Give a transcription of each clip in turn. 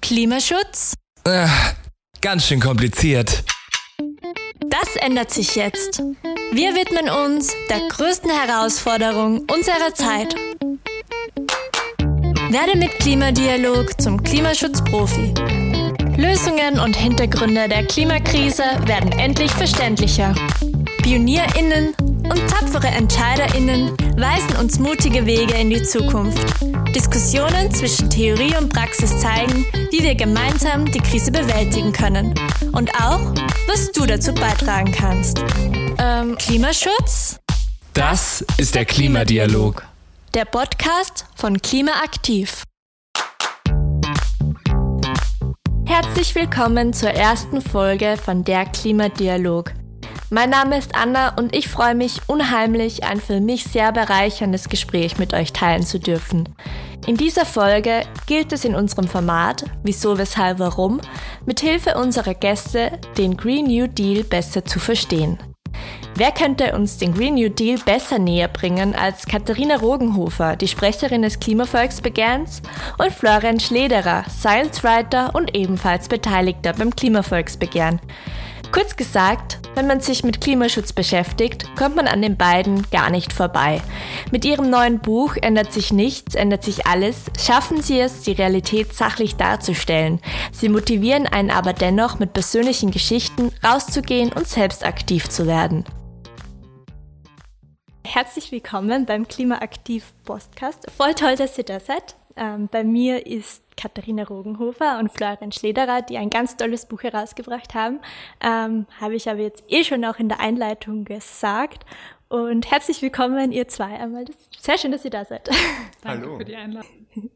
Klimaschutz? Ganz schön kompliziert. Das ändert sich jetzt. Wir widmen uns der größten Herausforderung unserer Zeit. Werde mit Klimadialog zum Klimaschutzprofi. Lösungen und Hintergründe der Klimakrise werden endlich verständlicher. PionierInnen und tapfere EntscheiderInnen weisen uns mutige Wege in die Zukunft. Diskussionen zwischen Theorie und Praxis zeigen, wie wir gemeinsam die Krise bewältigen können. Und auch, was du dazu beitragen kannst. Klimaschutz? Das ist der Klimadialog. Der Podcast von Klimaaktiv. Herzlich willkommen zur ersten Folge von der Klimadialog. Mein Name ist Anna und ich freue mich unheimlich, ein für mich sehr bereicherndes Gespräch mit euch teilen zu dürfen. In dieser Folge gilt es in unserem Format Wieso, Weshalb, Warum mit Hilfe unserer Gäste den Green New Deal besser zu verstehen. Wer könnte uns den Green New Deal besser näher bringen als Katharina Rogenhofer, die Sprecherin des Klimavolksbegehrens, und Florian Schlederer, Science Writer und ebenfalls Beteiligter beim Klimavolksbegehren. Kurz gesagt, wenn man sich mit Klimaschutz beschäftigt, kommt man an den beiden gar nicht vorbei. Mit ihrem neuen Buch Ändert sich nichts, ändert sich alles, schaffen sie es, die Realität sachlich darzustellen. Sie motivieren einen aber dennoch mit persönlichen Geschichten rauszugehen und selbst aktiv zu werden. Herzlich willkommen beim Klimaaktiv-Podcast. Voll toll, dass ihr da seid. Bei mir ist Katharina Rogenhofer und Florian Schlederer, die ein ganz tolles Buch herausgebracht haben. Habe ich aber jetzt schon auch in der Einleitung gesagt. Und herzlich willkommen, ihr zwei einmal. Sehr schön, dass ihr da seid. Danke für die Einladung.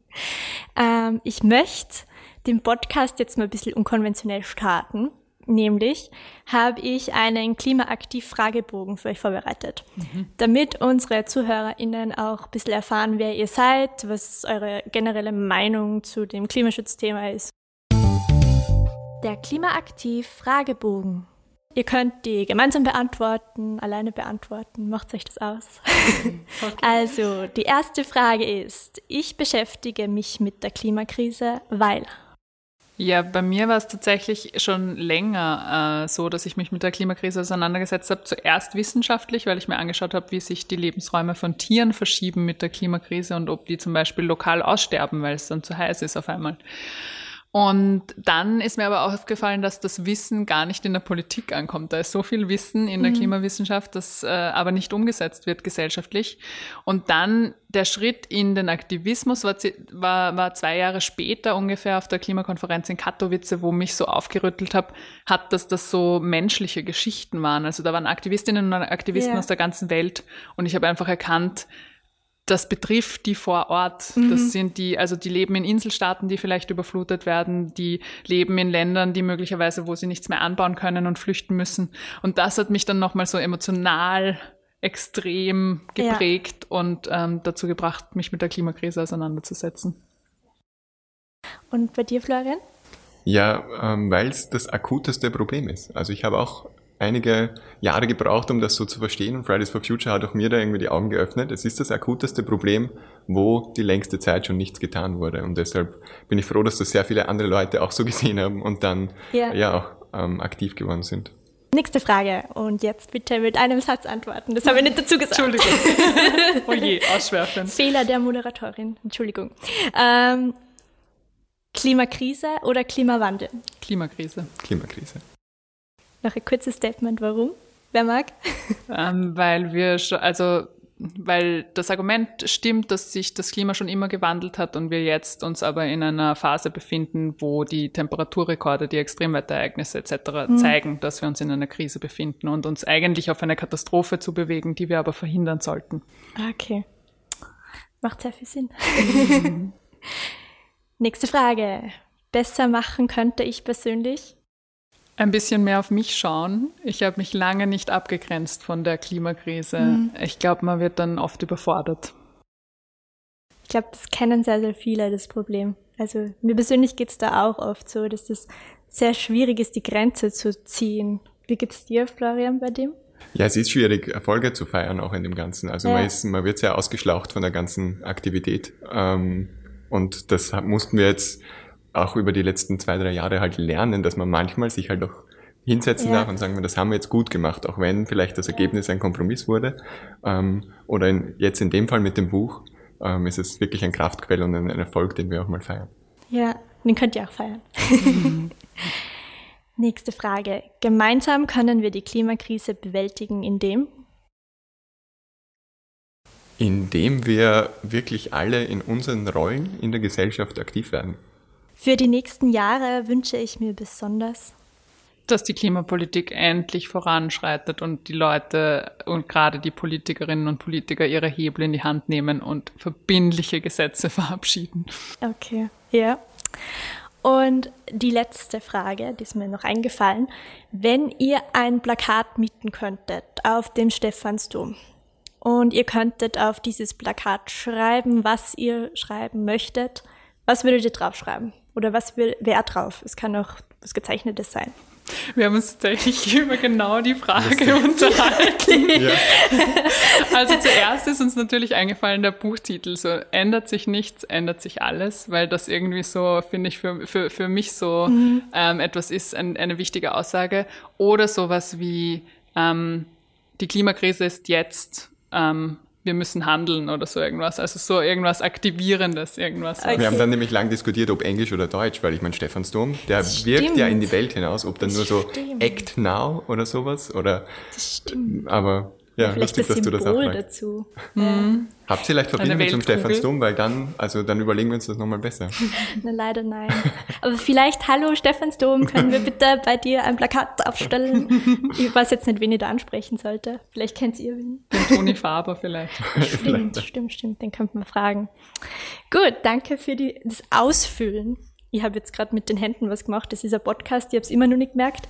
Ich möchte den Podcast jetzt mal ein bisschen unkonventionell starten. Nämlich habe ich einen Klimaaktiv-Fragebogen für euch vorbereitet, damit unsere ZuhörerInnen auch ein bisschen erfahren, wer ihr seid, was eure generelle Meinung zu dem Klimaschutzthema ist. Der Klimaaktiv-Fragebogen. Ihr könnt die gemeinsam beantworten, alleine beantworten, macht euch das aus. Okay. Also, die erste Frage ist, ich beschäftige mich mit der Klimakrise, weil... Ja, bei mir war es tatsächlich schon länger so, dass ich mich mit der Klimakrise auseinandergesetzt habe. Zuerst wissenschaftlich, weil ich mir angeschaut habe, wie sich die Lebensräume von Tieren verschieben mit der Klimakrise und ob die zum Beispiel lokal aussterben, weil es dann zu heiß ist auf einmal. Und dann ist mir aber auch aufgefallen, dass das Wissen gar nicht in der Politik ankommt. Da ist so viel Wissen in der Klimawissenschaft, das aber nicht umgesetzt wird gesellschaftlich. Und dann der Schritt in den Aktivismus war 2 Jahre später ungefähr auf der Klimakonferenz in Katowice, wo mich so aufgerüttelt hat, dass das so menschliche Geschichten waren. Also da waren Aktivistinnen und Aktivisten aus der ganzen Welt und ich habe einfach erkannt, das betrifft die vor Ort. Das sind die leben in Inselstaaten, die vielleicht überflutet werden, die leben in Ländern, die möglicherweise, wo sie nichts mehr anbauen können und flüchten müssen. Und das hat mich dann nochmal so emotional extrem geprägt und dazu gebracht, mich mit der Klimakrise auseinanderzusetzen. Und bei dir, Florian? Ja, weil es das akuteste Problem ist. Also ich habe auch einige Jahre gebraucht, um das so zu verstehen. Und Fridays for Future hat auch mir da irgendwie die Augen geöffnet. Es ist das akuteste Problem, wo die längste Zeit schon nichts getan wurde. Und deshalb bin ich froh, dass das sehr viele andere Leute auch so gesehen haben und dann auch aktiv geworden sind. Nächste Frage. Und jetzt bitte mit einem Satz antworten. Das habe ich nicht dazu gesagt. Entschuldigung. Oh je, ausschwerfend. Fehler der Moderatorin. Entschuldigung. Klimakrise oder Klimawandel? Klimakrise. Klimakrise. Noch ein kurzes Statement, warum? Wer mag? Weil das Argument stimmt, dass sich das Klima schon immer gewandelt hat und wir jetzt uns aber in einer Phase befinden, wo die Temperaturrekorde, die Extremwetterereignisse etc. zeigen, dass wir uns in einer Krise befinden und uns eigentlich auf eine Katastrophe zu bewegen, die wir aber verhindern sollten. Okay. Macht sehr viel Sinn. Nächste Frage. Besser machen könnte ich persönlich? Ein bisschen mehr auf mich schauen. Ich habe mich lange nicht abgegrenzt von der Klimakrise. Ich glaube, man wird dann oft überfordert. Ich glaube, das kennen sehr, sehr viele, das Problem. Also mir persönlich geht es da auch oft so, dass das sehr schwierig ist, die Grenze zu ziehen. Wie geht's dir, Florian, bei dem? Ja, es ist schwierig, Erfolge zu feiern auch in dem Ganzen. Also man wird sehr ausgeschlaucht von der ganzen Aktivität. Und das mussten wir jetzt auch über die letzten 2-3 Jahre halt lernen, dass man manchmal sich halt auch hinsetzen darf und sagen, das haben wir jetzt gut gemacht, auch wenn vielleicht das Ergebnis ein Kompromiss wurde. Oder jetzt in dem Fall mit dem Buch ist es wirklich ein Kraftquell und ein Erfolg, den wir auch mal feiern. Ja, den könnt ihr auch feiern. Nächste Frage. Gemeinsam können wir die Klimakrise bewältigen, indem wir wirklich alle in unseren Rollen in der Gesellschaft aktiv werden. Für die nächsten Jahre wünsche ich mir besonders, dass die Klimapolitik endlich voranschreitet und die Leute und gerade die Politikerinnen und Politiker ihre Hebel in die Hand nehmen und verbindliche Gesetze verabschieden. Okay, ja. Und die letzte Frage, die ist mir noch eingefallen. Wenn ihr ein Plakat mieten könntet auf dem Stephansdom und ihr könntet auf dieses Plakat schreiben, was ihr schreiben möchtet, was würdet ihr draufschreiben? Oder was wäre drauf? Es kann auch was Gezeichnetes sein. Wir haben uns tatsächlich über genau die Frage unterhalten. Ja. Also zuerst ist uns natürlich eingefallen der Buchtitel, so ändert sich nichts, ändert sich alles, weil das irgendwie so, finde ich, für mich so etwas ist, eine wichtige Aussage. Oder sowas wie die Klimakrise ist jetzt, wir müssen handeln oder so irgendwas. Also so irgendwas Aktivierendes, irgendwas. Okay. Wir haben dann nämlich lang diskutiert, ob Englisch oder Deutsch, weil ich meine, Stephansdom, der wirkt ja in die Welt hinaus, ob dann nur so Act Now oder sowas oder. Das stimmt. Aber ja, vielleicht lustig, dass du das auch meinst. Dazu. Habt ihr vielleicht Verbindung zum Stephansdom, weil dann überlegen wir uns das nochmal besser. Na, leider nein. Aber vielleicht, hallo Stephansdom, können wir bitte bei dir ein Plakat aufstellen? Ich weiß jetzt nicht, wen ihr da ansprechen sollte. Vielleicht kennt ihr wen. Den Toni Faber vielleicht. Stimmt, den könnte man fragen. Gut, danke für das Ausfüllen. Ich habe jetzt gerade mit den Händen was gemacht, das ist ein Podcast, ich habe es immer noch nicht gemerkt.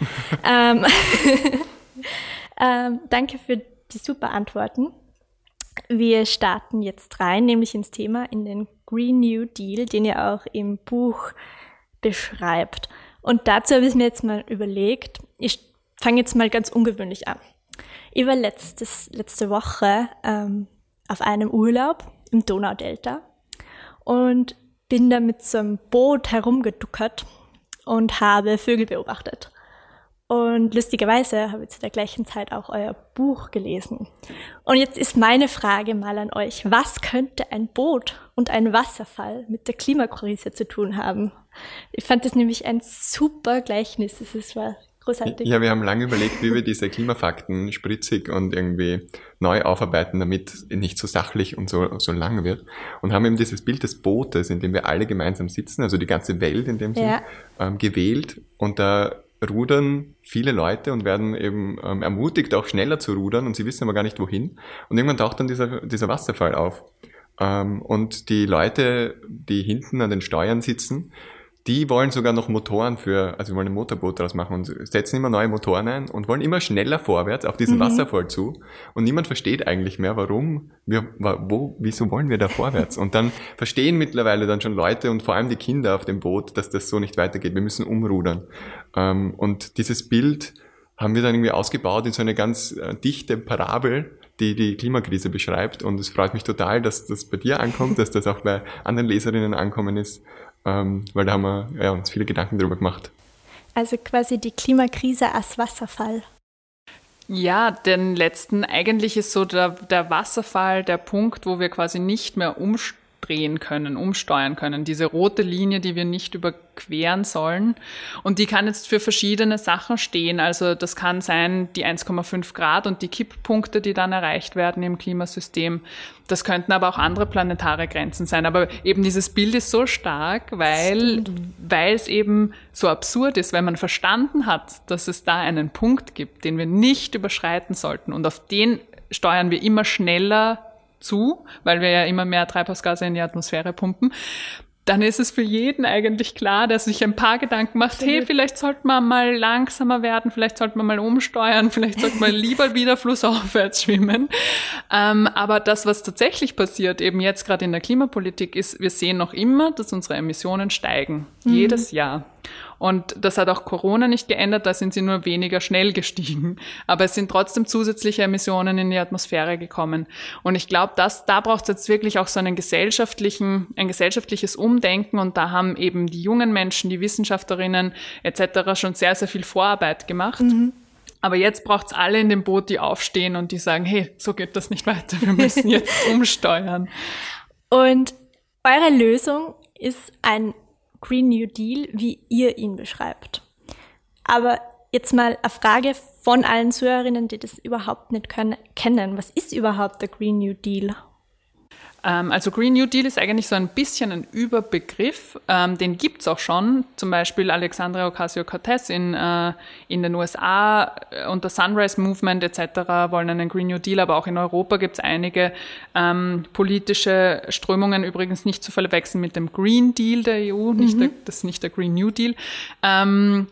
Danke für die super Antworten. Wir starten jetzt rein, nämlich ins Thema, in den Green New Deal, den ihr auch im Buch beschreibt. Und dazu habe ich mir jetzt mal überlegt, ich fange jetzt mal ganz ungewöhnlich an. Ich war letzte Woche auf einem Urlaub im Donaudelta und bin da mit so einem Boot herumgeduckert und habe Vögel beobachtet. Und lustigerweise habe ich zu der gleichen Zeit auch euer Buch gelesen. Und jetzt ist meine Frage mal an euch. Was könnte ein Boot und ein Wasserfall mit der Klimakrise zu tun haben? Ich fand das nämlich ein super Gleichnis. Das war großartig. Ja, wir haben lange überlegt, wie wir diese Klimafakten spritzig und irgendwie neu aufarbeiten, damit nicht so sachlich und so lang wird. Und haben eben dieses Bild des Bootes, in dem wir alle gemeinsam sitzen, also die ganze Welt in dem Sinn, gewählt. Und da rudern viele Leute und werden eben ermutigt, auch schneller zu rudern, und sie wissen aber gar nicht, wohin. Und irgendwann taucht dann dieser Wasserfall auf. Und die Leute, die hinten an den Steuern sitzen, die wollen sogar noch Motoren also wollen ein Motorboot draus machen und setzen immer neue Motoren ein und wollen immer schneller vorwärts auf diesen Wasserfall zu. Und niemand versteht eigentlich mehr, wieso wollen wir da vorwärts? Und dann verstehen mittlerweile dann schon Leute und vor allem die Kinder auf dem Boot, dass das so nicht weitergeht. Wir müssen umrudern. Und dieses Bild haben wir dann irgendwie ausgebaut in so eine ganz dichte Parabel, die Klimakrise beschreibt. Und es freut mich total, dass das bei dir ankommt, dass das auch bei anderen Leserinnen ankommen ist. Weil da haben wir uns viele Gedanken darüber gemacht. Also quasi die Klimakrise als Wasserfall. Ja, denn eigentlich ist so der Wasserfall der Punkt, wo wir quasi nicht mehr umsteuern können. Diese rote Linie, die wir nicht überqueren sollen. Und die kann jetzt für verschiedene Sachen stehen. Also das kann sein, die 1,5 Grad und die Kipppunkte, die dann erreicht werden im Klimasystem. Das könnten aber auch andere planetare Grenzen sein. Aber eben dieses Bild ist so stark, weil es eben so absurd ist, wenn man verstanden hat, dass es da einen Punkt gibt, den wir nicht überschreiten sollten. Und auf den steuern wir immer schneller zu, weil wir ja immer mehr Treibhausgase in die Atmosphäre pumpen, dann ist es für jeden eigentlich klar, der sich ein paar Gedanken macht, hey, vielleicht sollte man mal langsamer werden, vielleicht sollte man mal umsteuern, vielleicht sollte man lieber wieder flussaufwärts schwimmen. Aber das, was tatsächlich passiert, eben jetzt gerade in der Klimapolitik, ist, wir sehen noch immer, dass unsere Emissionen steigen, jedes Jahr. Und das hat auch Corona nicht geändert, da sind sie nur weniger schnell gestiegen. Aber es sind trotzdem zusätzliche Emissionen in die Atmosphäre gekommen. Und ich glaube, da braucht es jetzt wirklich auch so ein gesellschaftliches Umdenken. Und da haben eben die jungen Menschen, die Wissenschaftlerinnen etc. schon sehr, sehr viel Vorarbeit gemacht. Mhm. Aber jetzt braucht's alle in dem Boot, die aufstehen und die sagen, hey, so geht das nicht weiter, wir müssen jetzt umsteuern. Und eure Lösung ist ein Green New Deal, wie ihr ihn beschreibt. Aber jetzt mal eine Frage von allen Zuhörerinnen, die das überhaupt nicht kennen. Was ist überhaupt der Green New Deal? Also Green New Deal ist eigentlich so ein bisschen ein Überbegriff, den gibt's auch schon, zum Beispiel Alexandria Ocasio-Cortez in den USA und der Sunrise Movement etc. wollen einen Green New Deal, aber auch in Europa gibt's einige politische Strömungen, übrigens nicht zu verwechseln mit dem Green Deal der EU, das ist nicht der Green New Deal. Und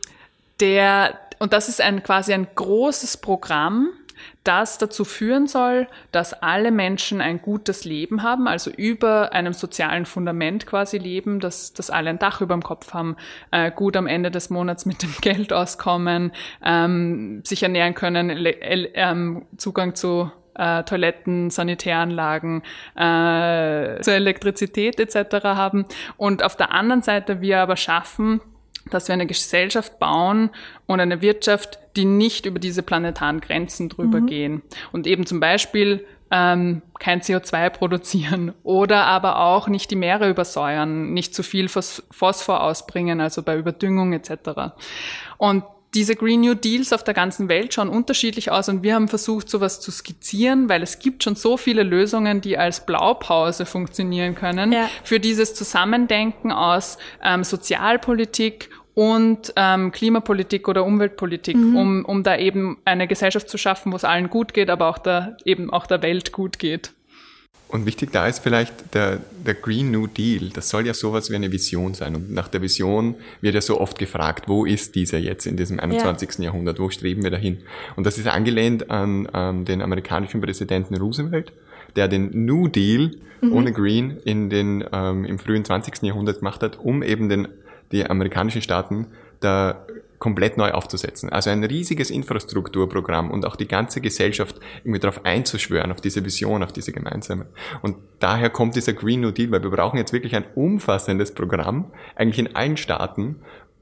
das ist quasi ein großes Programm, das dazu führen soll, dass alle Menschen ein gutes Leben haben, also über einem sozialen Fundament quasi leben, dass alle ein Dach über dem Kopf haben, gut am Ende des Monats mit dem Geld auskommen, sich ernähren können, Zugang zu Toiletten, Sanitäranlagen, zur Elektrizität etc. haben. Und auf der anderen Seite wir aber schaffen, dass wir eine Gesellschaft bauen und eine Wirtschaft, die nicht über diese planetaren Grenzen drüber gehen. Und eben zum Beispiel kein CO2 produzieren oder aber auch nicht die Meere übersäuern, nicht zu viel Phosphor ausbringen, also bei Überdüngung etc. Und diese Green New Deals auf der ganzen Welt schauen unterschiedlich aus und wir haben versucht, sowas zu skizzieren, weil es gibt schon so viele Lösungen, die als Blaupause funktionieren können, für dieses Zusammendenken aus Sozialpolitik und Klimapolitik oder Umweltpolitik, um da eben eine Gesellschaft zu schaffen, wo es allen gut geht, aber auch der Welt gut geht. Und wichtig da ist vielleicht der Green New Deal. Das soll ja sowas wie eine Vision sein. Und nach der Vision wird ja so oft gefragt, wo ist dieser jetzt in diesem 21. Jahrhundert? Wo streben wir dahin? Und das ist angelehnt an den amerikanischen Präsidenten Roosevelt, der den New Deal ohne Green im frühen 20. Jahrhundert gemacht hat, um eben die amerikanischen Staaten da komplett neu aufzusetzen. Also ein riesiges Infrastrukturprogramm und auch die ganze Gesellschaft irgendwie darauf einzuschwören, auf diese Vision, auf diese gemeinsame. Und daher kommt dieser Green New Deal, weil wir brauchen jetzt wirklich ein umfassendes Programm, eigentlich in allen Staaten,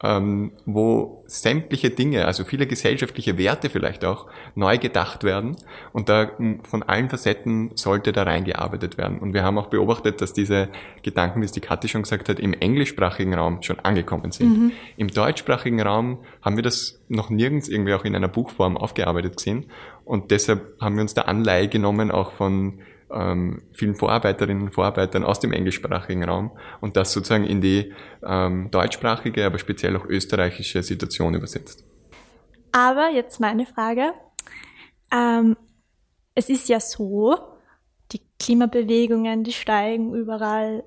wo sämtliche Dinge, also viele gesellschaftliche Werte vielleicht auch, neu gedacht werden und da von allen Facetten sollte da reingearbeitet werden. Und wir haben auch beobachtet, dass diese Gedanken, wie es die Kathi schon gesagt hat, im englischsprachigen Raum schon angekommen sind. Im deutschsprachigen Raum haben wir das noch nirgends irgendwie auch in einer Buchform aufgearbeitet gesehen und deshalb haben wir uns da Anleihe genommen, auch von vielen Vorarbeiterinnen und Vorarbeitern aus dem englischsprachigen Raum und das sozusagen in die deutschsprachige, aber speziell auch österreichische Situation übersetzt. Aber jetzt meine Frage. Es ist ja so, die Klimabewegungen, die steigen überall,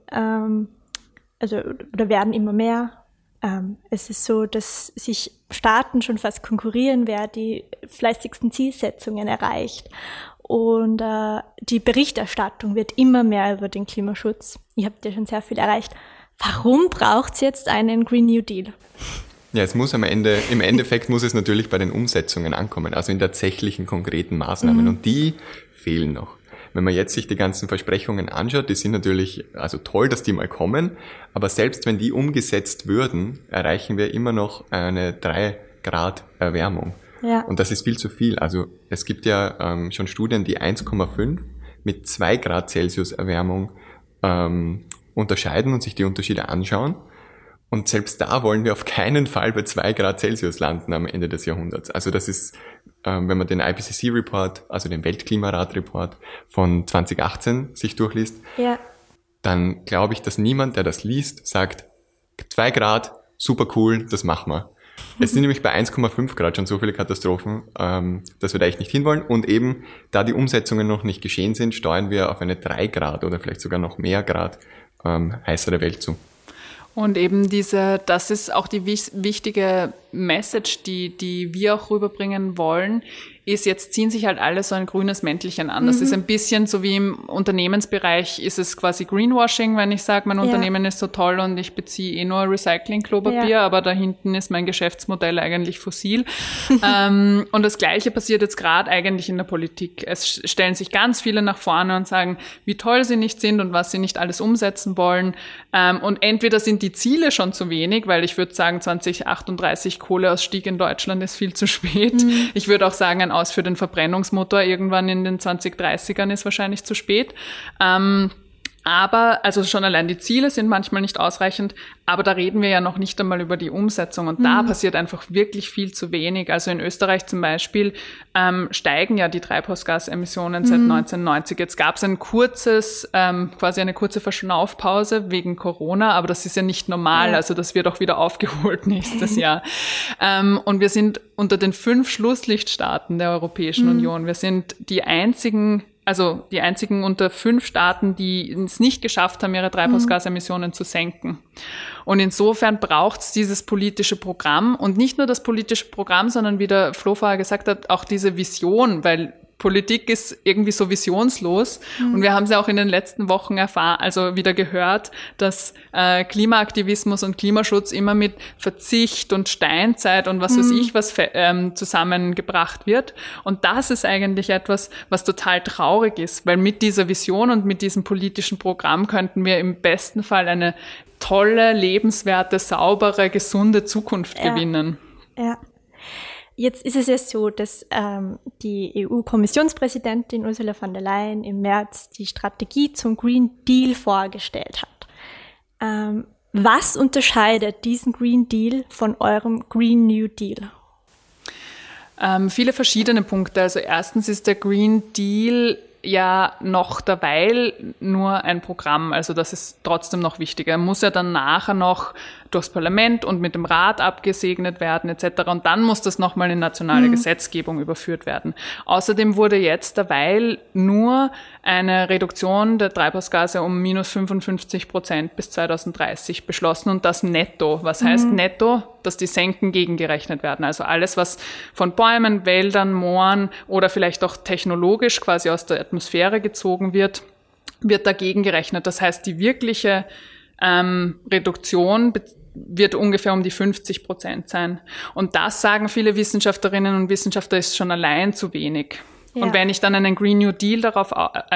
oder werden immer mehr. Es ist so, dass sich Staaten schon fast konkurrieren, wer die fleißigsten Zielsetzungen erreicht. Und die Berichterstattung wird immer mehr über den Klimaschutz. Ihr habt ja schon sehr viel erreicht. Warum braucht es jetzt einen Green New Deal? Ja, es muss im Endeffekt muss es natürlich bei den Umsetzungen ankommen, also in tatsächlichen konkreten Maßnahmen. Und die fehlen noch. Wenn man jetzt sich die ganzen Versprechungen anschaut, die sind natürlich, also toll, dass die mal kommen, aber selbst wenn die umgesetzt würden, erreichen wir immer noch eine 3 Grad Erwärmung. Ja. Und das ist viel zu viel. Also es gibt ja schon Studien, die 1,5 mit 2 Grad Celsius Erwärmung unterscheiden und sich die Unterschiede anschauen. Und selbst da wollen wir auf keinen Fall bei 2 Grad Celsius landen am Ende des Jahrhunderts. Also das ist, wenn man den IPCC-Report, also den Weltklimarat-Report von 2018 sich durchliest, dann glaube ich, dass niemand, der das liest, sagt, 2 Grad, super cool, das machen wir. Es sind nämlich bei 1,5 Grad schon so viele Katastrophen, dass wir da echt nicht hinwollen. Und eben, da die Umsetzungen noch nicht geschehen sind, steuern wir auf eine 3 Grad oder vielleicht sogar noch mehr Grad heißere Welt zu. Und eben das ist auch die wichtige Message, die wir auch rüberbringen wollen, ist, jetzt ziehen sich halt alle so ein grünes Mäntelchen an. Das ist ein bisschen so wie im Unternehmensbereich, ist es quasi Greenwashing, wenn ich sage, mein Unternehmen ist so toll und ich beziehe nur Recycling-Klopapier, aber da hinten ist mein Geschäftsmodell eigentlich fossil. Und das Gleiche passiert jetzt gerade eigentlich in der Politik. Es stellen sich ganz viele nach vorne und sagen, wie toll sie nicht sind und was sie nicht alles umsetzen wollen. Und entweder sind die Ziele schon zu wenig, weil ich würde sagen, 2038 Kohleausstieg in Deutschland ist viel zu spät. Ich würde auch sagen, ein Aus für den Verbrennungsmotor irgendwann in den 2030ern ist wahrscheinlich zu spät. Aber, also schon allein die Ziele sind manchmal nicht ausreichend, aber da reden wir ja noch nicht einmal über die Umsetzung und da passiert einfach wirklich viel zu wenig. Also in Österreich zum Beispiel steigen ja die Treibhausgasemissionen seit 1990. Jetzt gab es quasi eine kurze Verschnaufpause wegen Corona, aber das ist ja nicht normal, also das wird auch wieder aufgeholt nächstes Jahr. Und wir sind unter den 5 Schlusslichtstaaten der Europäischen Union. Wir sind die einzigen unter 5 Staaten, die es nicht geschafft haben, ihre Treibhausgasemissionen zu senken. Und insofern braucht es dieses politische Programm und nicht nur das politische Programm, sondern wie der Flo vorher gesagt hat, auch diese Vision, weil Politik ist irgendwie so visionslos. Und wir haben es ja auch in den letzten Wochen wieder gehört, dass Klimaaktivismus und Klimaschutz immer mit Verzicht und Steinzeit und was weiß ich was zusammengebracht wird. Und das ist eigentlich etwas, was total traurig ist, weil mit dieser Vision und mit diesem politischen Programm könnten wir im besten Fall eine tolle, lebenswerte, saubere, gesunde Zukunft gewinnen. Ja. Jetzt ist es ja so, dass die EU-Kommissionspräsidentin Ursula von der Leyen im März die Strategie zum Green Deal vorgestellt hat. Was unterscheidet diesen Green Deal von eurem Green New Deal? Viele verschiedene Punkte. Also erstens ist der Green Deal ja noch derweil nur ein Programm, also das ist trotzdem noch wichtiger. Er muss ja dann nachher noch durchs Parlament und mit dem Rat abgesegnet werden etc. Und dann muss das nochmal in nationale Gesetzgebung überführt werden. Außerdem wurde jetzt derweil nur eine Reduktion der Treibhausgase um -55% bis 2030 beschlossen und das netto. Was heißt netto? Dass die Senken gegengerechnet werden. Also alles, was von Bäumen, Wäldern, Mooren oder vielleicht auch technologisch quasi aus der Atmosphäre gezogen wird, wird dagegen gerechnet. Das heißt, die wirkliche Reduktion wird ungefähr um die 50% sein. Und das sagen viele Wissenschaftlerinnen und Wissenschaftler ist schon allein zu wenig. Ja. Und wenn ich dann einen Green Deal darauf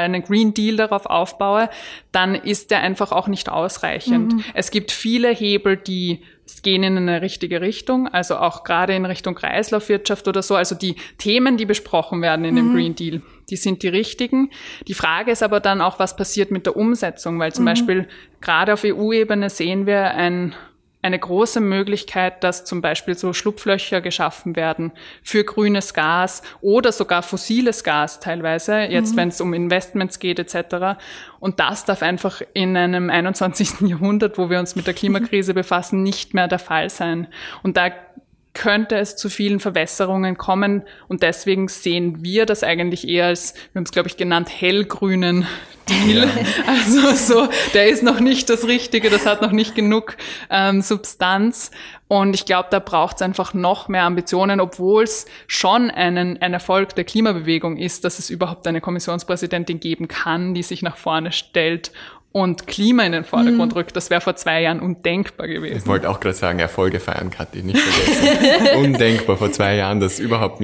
aufbaue, dann ist der einfach auch nicht ausreichend. Es gibt viele Hebel, die gehen in eine richtige Richtung, also auch gerade in Richtung Kreislaufwirtschaft oder so. Also die Themen, die besprochen werden in dem Green Deal, die sind die richtigen. Die Frage ist aber dann auch, was passiert mit der Umsetzung, weil zum Beispiel gerade auf EU-Ebene sehen wir eine große Möglichkeit, dass zum Beispiel so Schlupflöcher geschaffen werden für grünes Gas oder sogar fossiles Gas teilweise, jetzt wenn es um Investments geht etc. Und das darf einfach in einem 21. Jahrhundert, wo wir uns mit der Klimakrise befassen, nicht mehr der Fall sein. Und da könnte es zu vielen Verwässerungen kommen und deswegen sehen wir das eigentlich eher als, wir haben es glaube ich genannt, hellgrünen Deal. Ja. Also so, der ist noch nicht das Richtige, das hat noch nicht genug Substanz und ich glaube, da braucht es einfach noch mehr Ambitionen, obwohl es schon ein Erfolg der Klimabewegung ist, dass es überhaupt eine Kommissionspräsidentin geben kann, die sich nach vorne stellt und Klima in den Vordergrund rückt. Das wäre vor 2 Jahren undenkbar gewesen. Ich wollte auch gerade sagen, Erfolge feiern, Kathi, nicht vergessen. Undenkbar vor 2 Jahren, dass überhaupt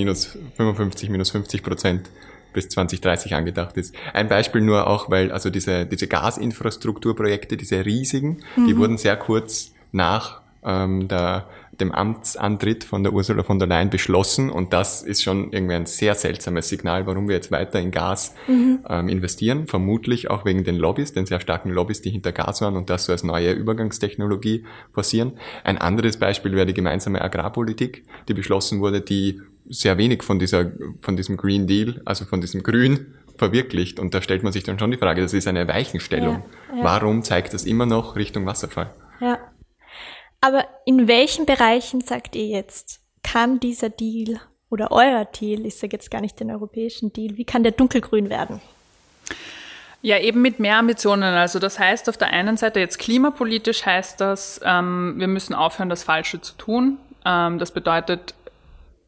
-50% bis 2030 angedacht ist. Ein Beispiel nur auch, weil also diese Gasinfrastrukturprojekte, diese riesigen, die wurden sehr kurz nach dem Amtsantritt von der Ursula von der Leyen beschlossen und das ist schon irgendwie ein sehr seltsames Signal, warum wir jetzt weiter in Gas investieren, vermutlich auch wegen den Lobbys, den sehr starken Lobbys, die hinter Gas waren und das so als neue Übergangstechnologie forcieren. Ein anderes Beispiel wäre die gemeinsame Agrarpolitik, die beschlossen wurde, die sehr wenig von diesem Green Deal, also von diesem Grün, verwirklicht und da stellt man sich dann schon die Frage, das ist eine Weichenstellung. Ja. Warum zeigt das immer noch Richtung Wasserfall? Ja. Aber in welchen Bereichen, sagt ihr jetzt, kann dieser Deal oder euer Deal, ich sage jetzt gar nicht den europäischen Deal, wie kann der dunkelgrün werden? Ja, eben mit mehr Ambitionen. Also das heißt auf der einen Seite jetzt klimapolitisch heißt das, wir müssen aufhören, das Falsche zu tun. Das bedeutet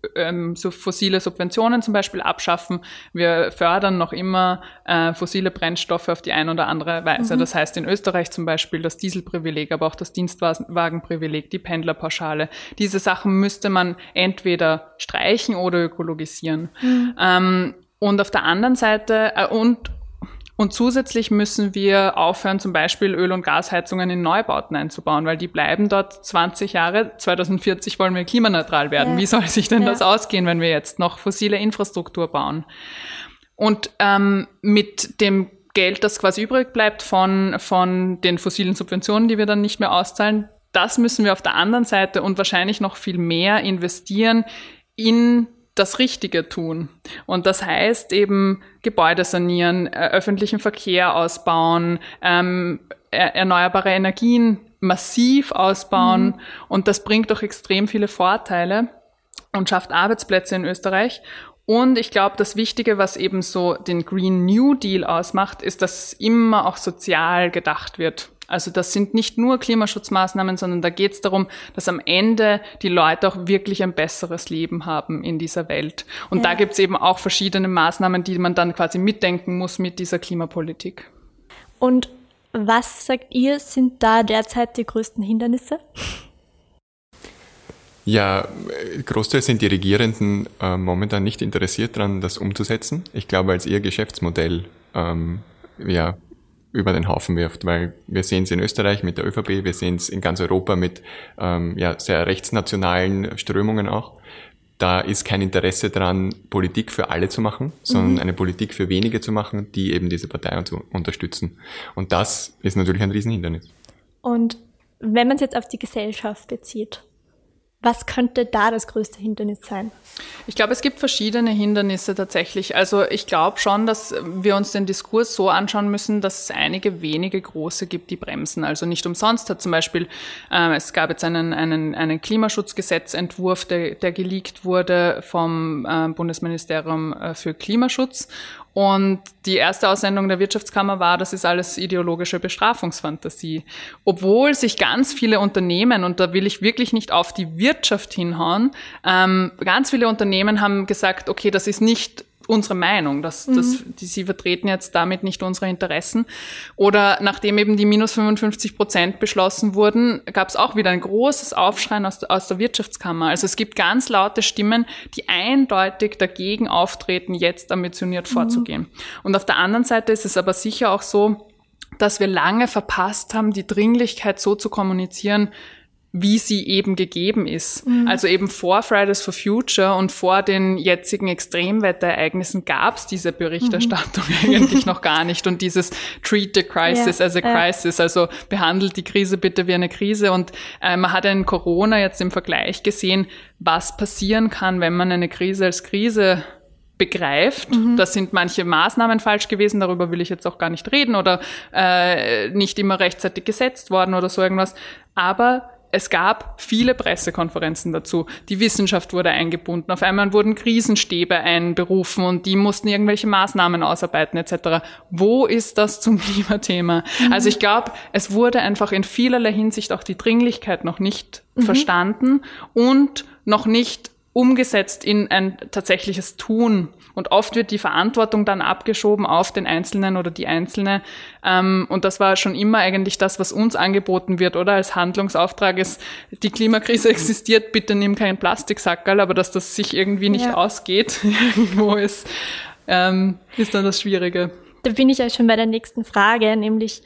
so fossile Subventionen zum Beispiel abschaffen. Wir fördern noch immer fossile Brennstoffe auf die eine oder andere Weise. Das heißt in Österreich zum Beispiel das Dieselprivileg, aber auch das Dienstwagenprivileg, die Pendlerpauschale. Diese Sachen müsste man entweder streichen oder ökologisieren. Und auf der anderen Seite, und zusätzlich müssen wir aufhören, zum Beispiel Öl- und Gasheizungen in Neubauten einzubauen, weil die bleiben dort 20 Jahre. 2040 wollen wir klimaneutral werden. Ja. Wie soll sich denn das ausgehen, wenn wir jetzt noch fossile Infrastruktur bauen? Und mit dem Geld, das quasi übrig bleibt von den fossilen Subventionen, die wir dann nicht mehr auszahlen, das müssen wir auf der anderen Seite und wahrscheinlich noch viel mehr investieren in das Richtige tun. Und das heißt eben Gebäude sanieren, öffentlichen Verkehr ausbauen, erneuerbare Energien massiv ausbauen. Und das bringt doch extrem viele Vorteile und schafft Arbeitsplätze in Österreich. Und ich glaube, das Wichtige, was eben so den Green New Deal ausmacht, ist, dass immer auch sozial gedacht wird. Also das sind nicht nur Klimaschutzmaßnahmen, sondern da geht es darum, dass am Ende die Leute auch wirklich ein besseres Leben haben in dieser Welt. Und da gibt es eben auch verschiedene Maßnahmen, die man dann quasi mitdenken muss mit dieser Klimapolitik. Und was sagt ihr, sind da derzeit die größten Hindernisse? Ja, großteils sind die Regierenden momentan nicht interessiert daran, das umzusetzen. Ich glaube, als ihr Geschäftsmodell über den Haufen wirft, weil wir sehen es in Österreich mit der ÖVP, wir sehen es in ganz Europa mit sehr rechtsnationalen Strömungen auch. Da ist kein Interesse dran, Politik für alle zu machen, sondern eine Politik für wenige zu machen, die eben diese Partei unterstützen. Und das ist natürlich ein Riesenhindernis. Und wenn man es jetzt auf die Gesellschaft bezieht, was könnte da das größte Hindernis sein? Ich glaube, es gibt verschiedene Hindernisse tatsächlich. Also ich glaube schon, dass wir uns den Diskurs so anschauen müssen, dass es einige wenige große gibt, die bremsen. Also nicht umsonst hat zum Beispiel, es gab jetzt einen Klimaschutzgesetzentwurf, der geleakt wurde vom Bundesministerium für Klimaschutz. Und die erste Aussendung der Wirtschaftskammer war, das ist alles ideologische Bestrafungsfantasie. Obwohl sich ganz viele Unternehmen, und da will ich wirklich nicht auf die Wirtschaft hinhauen, ganz viele Unternehmen haben gesagt, okay, das ist nicht unsere Meinung, sie vertreten jetzt damit nicht unsere Interessen. Oder nachdem eben die minus 55% beschlossen wurden, gab es auch wieder ein großes Aufschreien aus der Wirtschaftskammer. Also es gibt ganz laute Stimmen, die eindeutig dagegen auftreten, jetzt ambitioniert vorzugehen. Und auf der anderen Seite ist es aber sicher auch so, dass wir lange verpasst haben, die Dringlichkeit so zu kommunizieren, wie sie eben gegeben ist. Also eben vor Fridays for Future und vor den jetzigen Extremwetterereignissen gab es diese Berichterstattung eigentlich noch gar nicht. Und dieses Treat the crisis as a crisis, also behandelt die Krise bitte wie eine Krise. Und man hat in Corona jetzt im Vergleich gesehen, was passieren kann, wenn man eine Krise als Krise begreift. Da sind manche Maßnahmen falsch gewesen, darüber will ich jetzt auch gar nicht reden oder nicht immer rechtzeitig gesetzt worden oder so irgendwas. Aber es gab viele Pressekonferenzen dazu. Die Wissenschaft wurde eingebunden. Auf einmal wurden Krisenstäbe einberufen und die mussten irgendwelche Maßnahmen ausarbeiten etc. Wo ist das zum Klimathema? Also ich glaube, es wurde einfach in vielerlei Hinsicht auch die Dringlichkeit noch nicht verstanden und noch nicht umgesetzt in ein tatsächliches Tun. Und oft wird die Verantwortung dann abgeschoben auf den Einzelnen oder die Einzelne. Und das war schon immer eigentlich das, was uns angeboten wird, oder? Als Handlungsauftrag ist, die Klimakrise existiert, bitte nimm keinen Plastiksackerl, aber dass das sich irgendwie nicht ausgeht, irgendwo ist dann das Schwierige. Da bin ich ja schon bei der nächsten Frage, nämlich,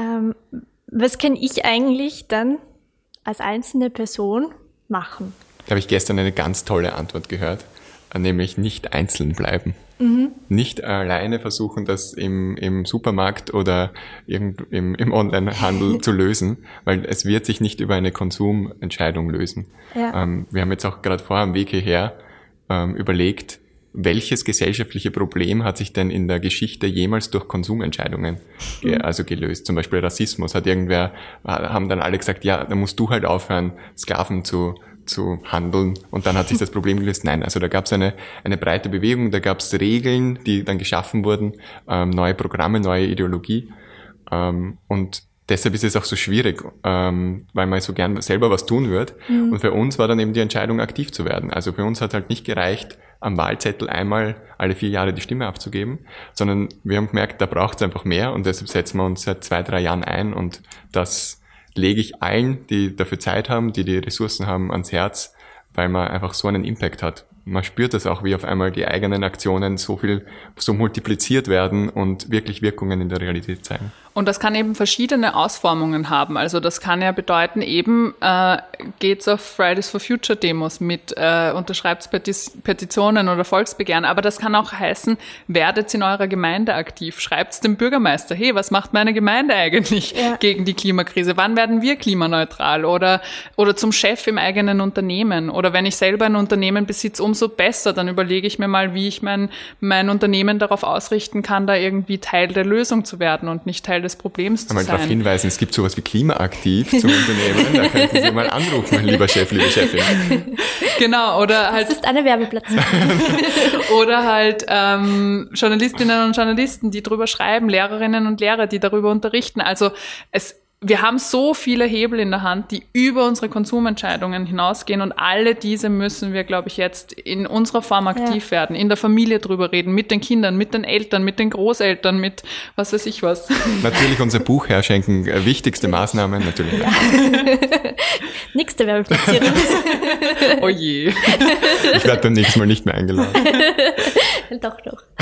was kann ich eigentlich dann als einzelne Person machen? Da habe ich gestern eine ganz tolle Antwort gehört, nämlich nicht einzeln bleiben. Nicht alleine versuchen, das im Supermarkt oder im Onlinehandel zu lösen, weil es wird sich nicht über eine Konsumentscheidung lösen. Ja. Wir haben jetzt auch gerade vor am Weg hierher überlegt, welches gesellschaftliche Problem hat sich denn in der Geschichte jemals durch Konsumentscheidungen gelöst? Zum Beispiel Rassismus haben dann alle gesagt, ja, da musst du halt aufhören, Sklaven zu handeln und dann hat sich das Problem gelöst. Nein, also da gab es eine breite Bewegung, da gab es Regeln, die dann geschaffen wurden, neue Programme, neue Ideologie und deshalb ist es auch so schwierig, weil man so gern selber was tun würde. Und für uns war dann eben die Entscheidung, aktiv zu werden. Also für uns hat halt nicht gereicht, am Wahlzettel einmal alle 4 Jahre die Stimme abzugeben, sondern wir haben gemerkt, da braucht es einfach mehr und deshalb setzen wir uns seit 2-3 Jahren ein und das lege ich allen, die dafür Zeit haben, die Ressourcen haben, ans Herz, weil man einfach so einen Impact hat. Man spürt das auch, wie auf einmal die eigenen Aktionen so multipliziert werden und wirklich Wirkungen in der Realität zeigen. Und das kann eben verschiedene Ausformungen haben. Also das kann ja bedeuten, eben geht's auf Fridays for Future Demos mit, unterschreibt Petitionen oder Volksbegehren. Aber das kann auch heißen, werdet in eurer Gemeinde aktiv. Schreibt's dem Bürgermeister, hey, was macht meine Gemeinde eigentlich gegen die Klimakrise? Wann werden wir klimaneutral? Oder zum Chef im eigenen Unternehmen. Oder wenn ich selber ein Unternehmen besitze, umso besser. Dann überlege ich mir mal, wie ich mein Unternehmen darauf ausrichten kann, da irgendwie Teil der Lösung zu werden und nicht Teil des Problems zu sein. Darauf hinweisen, es gibt sowas wie Klimaaktiv zum Unternehmen, da könnten Sie mal anrufen, lieber Chef, liebe Chefin. Genau, oder halt... Das ist eine Werbeplatzierung. Oder halt Journalistinnen und Journalisten, die drüber schreiben, Lehrerinnen und Lehrer, die darüber unterrichten. Also wir haben so viele Hebel in der Hand, die über unsere Konsumentscheidungen hinausgehen und alle diese müssen wir, glaube ich, jetzt in unserer Form aktiv werden, in der Familie drüber reden, mit den Kindern, mit den Eltern, mit den Großeltern, mit was weiß ich was. Natürlich unser Buch herschenken, wichtigste Maßnahmen, natürlich. Ja. Nächste Werbeplatzierung. Oh je. Ich werde beim nächsten Mal nicht mehr eingeladen. Doch.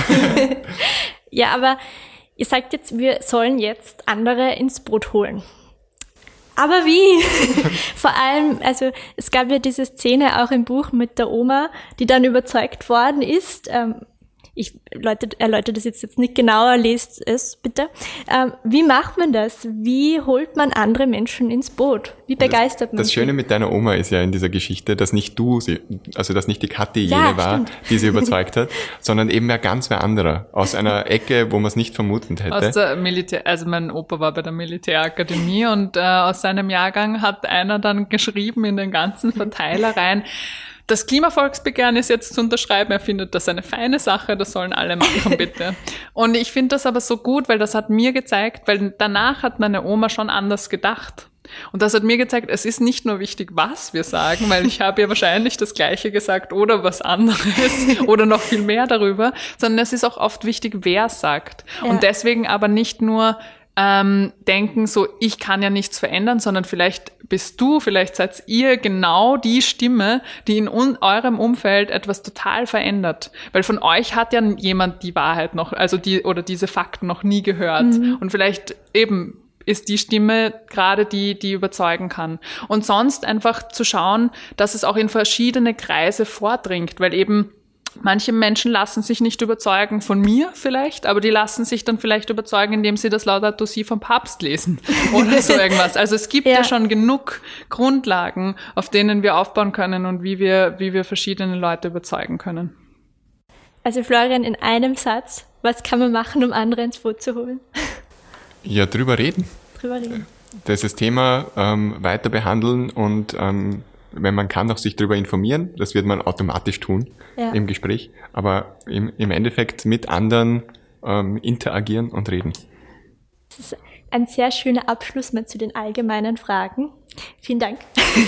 Ja, aber ihr sagt jetzt, wir sollen jetzt andere ins Boot holen. Aber wie? Vor allem, also es gab ja diese Szene auch im Buch mit der Oma, die dann überzeugt worden ist. Ich erläutere das jetzt nicht genauer, lest es bitte. Wie macht man das? Wie holt man andere Menschen ins Boot? Wie begeistert man sie? Das Schöne mit deiner Oma ist ja in dieser Geschichte, dass nicht dass nicht die Kathi jene war, die sie überzeugt hat, sondern eben wer anderer. Aus einer Ecke, wo man es nicht vermutet hätte. Aus der also mein Opa war bei der Militärakademie und aus seinem Jahrgang hat einer dann geschrieben in den ganzen Verteiler rein, das Klimavolksbegehren ist jetzt zu unterschreiben. Er findet das eine feine Sache, das sollen alle machen, bitte. Und ich finde das aber so gut, weil das hat mir gezeigt, weil danach hat meine Oma schon anders gedacht. Und das hat mir gezeigt, es ist nicht nur wichtig, was wir sagen, weil ich habe ja wahrscheinlich das Gleiche gesagt oder was anderes oder noch viel mehr darüber, sondern es ist auch oft wichtig, wer es sagt. Ja. Und deswegen aber nicht nur denken so, ich kann ja nichts verändern, sondern vielleicht seid ihr genau die Stimme, die in eurem Umfeld etwas total verändert. Weil von euch hat ja jemand die Wahrheit noch, also diese Fakten noch nie gehört. Und vielleicht eben ist die Stimme gerade die überzeugen kann. Und sonst einfach zu schauen, dass es auch in verschiedene Kreise vordringt, weil eben manche Menschen lassen sich nicht überzeugen von mir vielleicht, aber die lassen sich dann vielleicht überzeugen, indem sie das Laudato Si vom Papst lesen oder so irgendwas. Also es gibt ja schon genug Grundlagen, auf denen wir aufbauen können und wie wir verschiedene Leute überzeugen können. Also Florian, in einem Satz, was kann man machen, um andere ins Boot zu holen? Ja, drüber reden. Das Thema weiter behandeln und wenn man kann, auch sich darüber informieren. Das wird man automatisch tun im Gespräch. Aber im Endeffekt mit anderen interagieren und reden. Das ist ein sehr schöner Abschluss mal zu den allgemeinen Fragen. Vielen Dank.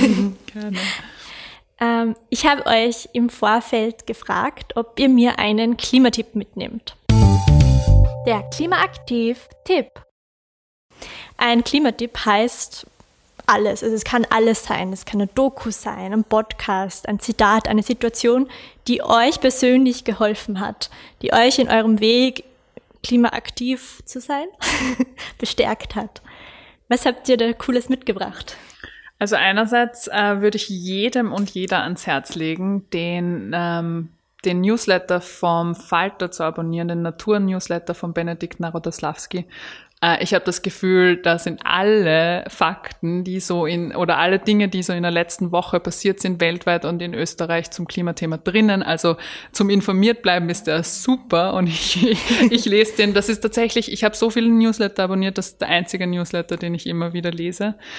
Gerne. Ich habe euch im Vorfeld gefragt, ob ihr mir einen Klimatipp mitnehmt. Der Klimaaktiv-Tipp. Ein Klimatipp heißt alles. Also es kann alles sein. Es kann eine Doku sein, ein Podcast, ein Zitat, eine Situation, die euch persönlich geholfen hat, die euch in eurem Weg, klimaaktiv zu sein, bestärkt hat. Was habt ihr da Cooles mitgebracht? Also einerseits würde ich jedem und jeder ans Herz legen, den Newsletter vom Falter zu abonnieren, den Natur-Newsletter von Benedikt Narodoslawski. Ich habe das Gefühl, da sind alle Fakten, oder alle Dinge, die so in der letzten Woche passiert sind, weltweit und in Österreich zum Klimathema drinnen. Also zum informiert bleiben ist der super und ich lese den. Das ist tatsächlich, ich habe so viele Newsletter abonniert, das ist der einzige Newsletter, den ich immer wieder lese.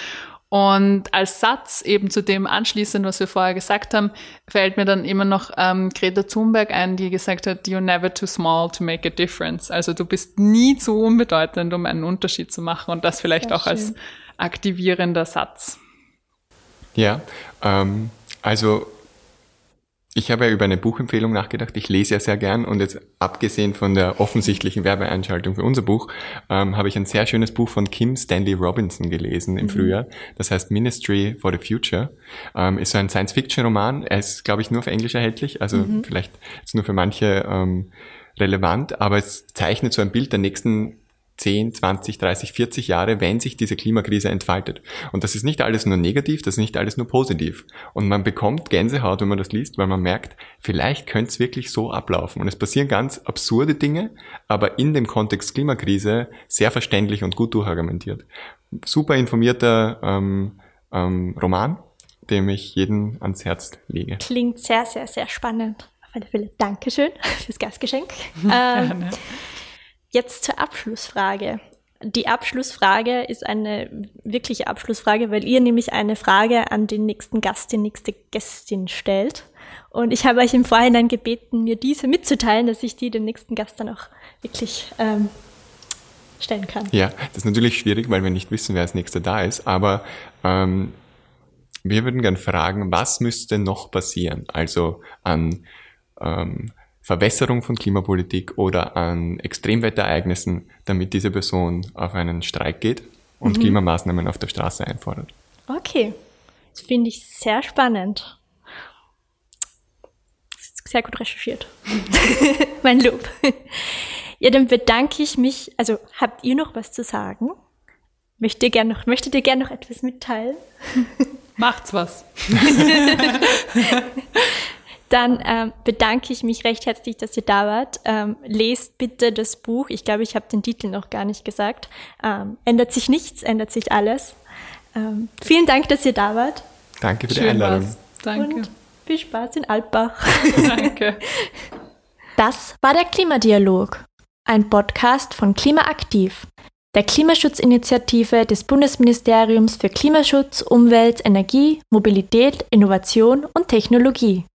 Und als Satz eben zu dem anschließend, was wir vorher gesagt haben, fällt mir dann immer noch Greta Thunberg ein, die gesagt hat, you're never too small to make a difference. Also du bist nie zu unbedeutend, um einen Unterschied zu machen, und das vielleicht auch als aktivierender Satz. Ja, also ich habe ja über eine Buchempfehlung nachgedacht. Ich lese ja sehr gern, und jetzt abgesehen von der offensichtlichen Werbeeinschaltung für unser Buch, habe ich ein sehr schönes Buch von Kim Stanley Robinson gelesen im Frühjahr. Das heißt Ministry for the Future. Ist so ein Science-Fiction-Roman. Er ist, glaube ich, nur auf Englisch erhältlich, also vielleicht ist nur für manche relevant, aber es zeichnet so ein Bild der nächsten 10, 20, 30, 40 Jahre, wenn sich diese Klimakrise entfaltet. Und das ist nicht alles nur negativ, das ist nicht alles nur positiv. Und man bekommt Gänsehaut, wenn man das liest, weil man merkt, vielleicht könnte es wirklich so ablaufen. Und es passieren ganz absurde Dinge, aber in dem Kontext Klimakrise sehr verständlich und gut durchargumentiert. Super informierter Roman, dem ich jeden ans Herz lege. Klingt sehr, sehr, sehr spannend. Auf alle Fälle Dankeschön fürs Gastgeschenk. Jetzt zur Abschlussfrage. Die Abschlussfrage ist eine wirkliche Abschlussfrage, weil ihr nämlich eine Frage an den nächsten Gast, die nächste Gästin stellt. Und ich habe euch im Vorhinein gebeten, mir diese mitzuteilen, dass ich die dem nächsten Gast dann auch wirklich stellen kann. Ja, das ist natürlich schwierig, weil wir nicht wissen, wer als nächster da ist. Aber wir würden gerne fragen, was müsste noch passieren? Also an Verwässerung von Klimapolitik oder an Extremwetterereignissen, damit diese Person auf einen Streik geht und Klimamaßnahmen auf der Straße einfordert. Okay, das finde ich sehr spannend. Sehr gut recherchiert. Mein Lob. Ja, dann bedanke ich mich. Also, habt ihr noch was zu sagen? Möchtet ihr gerne noch etwas mitteilen? Macht's was. Dann bedanke ich mich recht herzlich, dass ihr da wart. Lest bitte das Buch. Ich glaube, ich habe den Titel noch gar nicht gesagt. Ändert sich nichts, ändert sich alles. Vielen Dank, dass ihr da wart. Danke für die Einladung. Was. Danke. Und viel Spaß in Alpbach. Danke. Das war der Klimadialog, ein Podcast von Klimaaktiv, der Klimaschutzinitiative des Bundesministeriums für Klimaschutz, Umwelt, Energie, Mobilität, Innovation und Technologie.